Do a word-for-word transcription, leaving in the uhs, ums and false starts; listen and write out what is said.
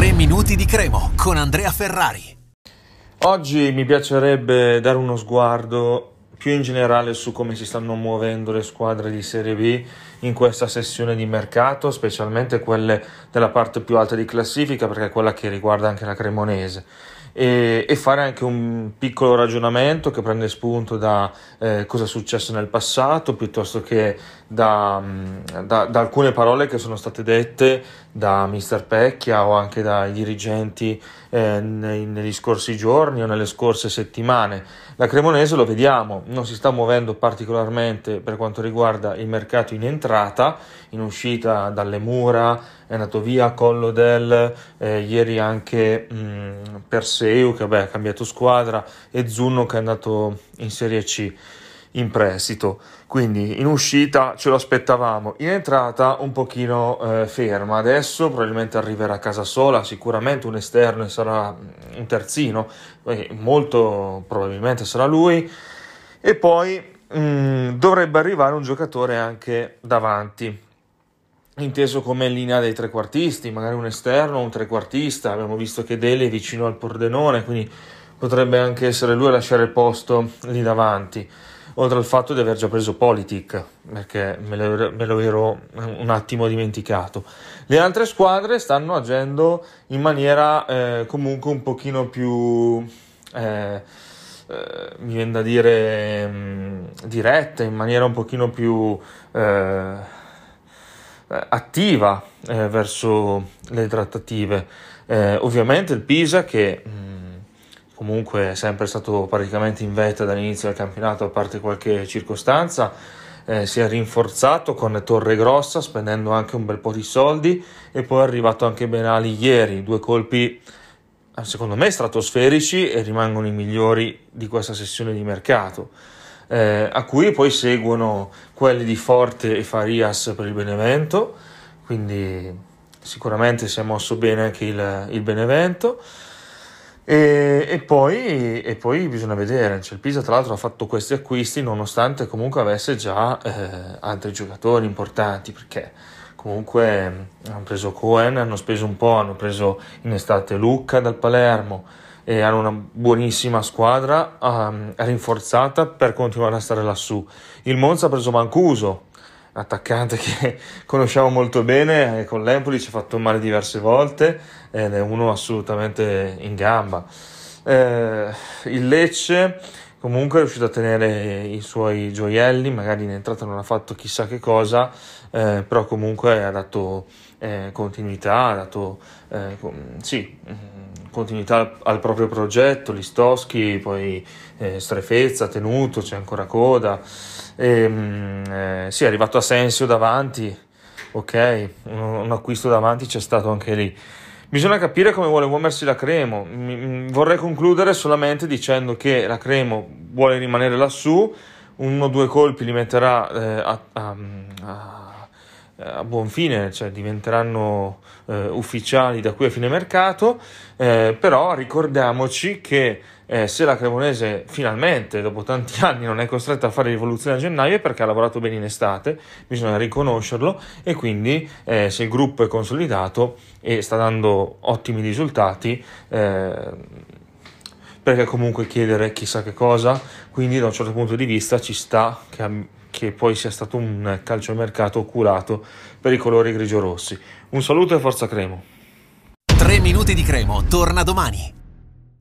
tre minuti di Cremo con Andrea Ferrari. Oggi mi piacerebbe dare uno sguardo più in generale su come si stanno muovendo le squadre di Serie B in questa sessione di mercato, specialmente quelle della parte più alta di classifica, perché è quella che riguarda anche la Cremonese. E, e fare anche un piccolo ragionamento che prende spunto da eh, cosa è successo nel passato, piuttosto che da, da, da alcune parole che sono state dette da mister Pecchia o anche dai dirigenti eh, nei, negli scorsi giorni o nelle scorse settimane. La Cremonese, lo vediamo, non si sta muovendo particolarmente per quanto riguarda il mercato in entrata, in uscita dalle mura, è andato via Collodel, eh, ieri anche mh, Perseu che vabbè, ha cambiato squadra, e Zunno che è andato in Serie C in prestito. Quindi in uscita ce lo aspettavamo, in entrata un pochino eh, ferma. Adesso probabilmente arriverà a casa sola, sicuramente un esterno e sarà un terzino, eh, molto probabilmente sarà lui, e poi mh, dovrebbe arrivare un giocatore anche davanti, inteso come linea dei trequartisti, magari un esterno o un trequartista. Abbiamo visto che Dele è vicino al Pordenone, quindi potrebbe anche essere lui a lasciare il posto lì davanti, oltre al fatto di aver già preso Politic, perché me lo, me lo ero un attimo dimenticato. Le altre squadre stanno agendo in maniera eh, comunque un pochino più eh, eh, mi viene da dire mh, diretta, in maniera un pochino più eh, attiva eh, verso le trattative. Eh, ovviamente il Pisa, che mh, comunque è sempre stato praticamente in vetta dall'inizio del campionato, a parte qualche circostanza, eh, si è rinforzato con Torregrossa, spendendo anche un bel po' di soldi, e poi è arrivato anche Benali ieri, due colpi secondo me stratosferici e rimangono i migliori di questa sessione di mercato. Eh, a cui poi seguono quelli di Forte e Farias per il Benevento, quindi sicuramente si è mosso bene anche il, il Benevento. E, e, poi, e poi bisogna vedere, cioè, il Pisa tra l'altro ha fatto questi acquisti nonostante comunque avesse già eh, altri giocatori importanti, perché comunque hanno preso Cohen, hanno speso un po', hanno preso in estate Lucca dal Palermo, e hanno una buonissima squadra um, rinforzata per continuare a stare lassù. Il Monza ha preso Mancuso, attaccante che conosciamo molto bene, e con l'Empoli ci ha fatto male diverse volte ed è uno assolutamente in gamba. Eh, il Lecce comunque è riuscito a tenere i suoi gioielli, magari in entrata non ha fatto chissà che cosa, eh, però comunque ha dato eh, continuità, ha dato eh, sì, continuità al, al proprio progetto. Listoschi, poi eh, Strefezza, tenuto, c'è ancora Coda, e, mh, eh, sì, è arrivato Asensio davanti, ok, un, un acquisto davanti c'è stato anche lì. Bisogna capire come vuole muoversi la Cremo. Mi, vorrei concludere solamente dicendo che la Cremo vuole rimanere lassù, uno o due colpi li metterà eh, a, a, a, a buon fine, cioè diventeranno eh, ufficiali da qui a fine mercato, eh, però ricordiamoci che eh, se la Cremonese finalmente dopo tanti anni non è costretta a fare rivoluzione a gennaio è perché ha lavorato bene in estate, bisogna riconoscerlo, e quindi eh, se il gruppo è consolidato e sta dando ottimi risultati, eh, perché comunque chiedere chissà che cosa. Quindi da un certo punto di vista ci sta che, che poi sia stato un calciomercato curato per i colori grigio-rossi. Un saluto e forza Cremo. tre minuti di Cremo torna domani.